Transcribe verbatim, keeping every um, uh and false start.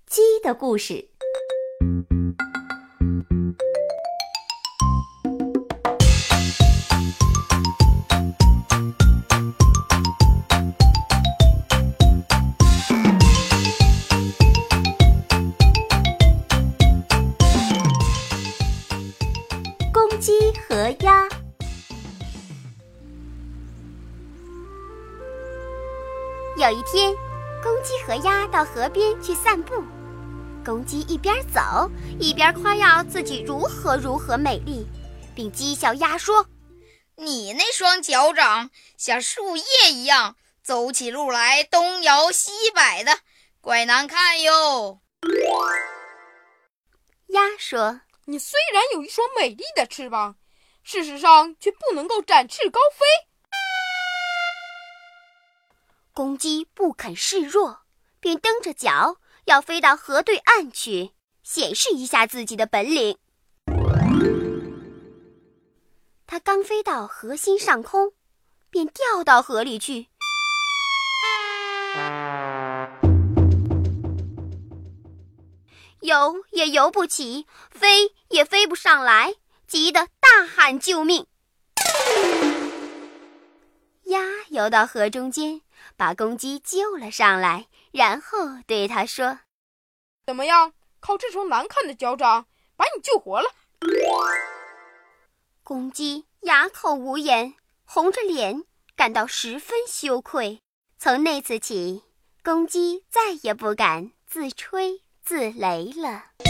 鸡的故事。公鸡和鸭。有一天，公鸡和鸭到河边去散步。公鸡一边走一边夸耀自己如何如何美丽，并讥笑鸭说：“ 你那双脚掌像树叶一样，走起路来东摇西摆的，怪难看哟。” 鸭说：“ 你虽然有一双美丽的翅膀，事实上却不能够展翅高飞。” 公鸡不肯示弱，便蹬着脚要飞到河对岸去，显示一下自己的本领。它刚飞到河心上空，便掉到河里去。游也游不起，飞也飞不上来，急得大喊救命。鸭游到河中间，把公鸡救了上来，然后对它说：“ 怎么样，靠这双难看的脚掌把你救活了？” 公鸡哑口无言，红着脸，感到十分羞愧。从那次起，公鸡再也不敢自吹自擂了。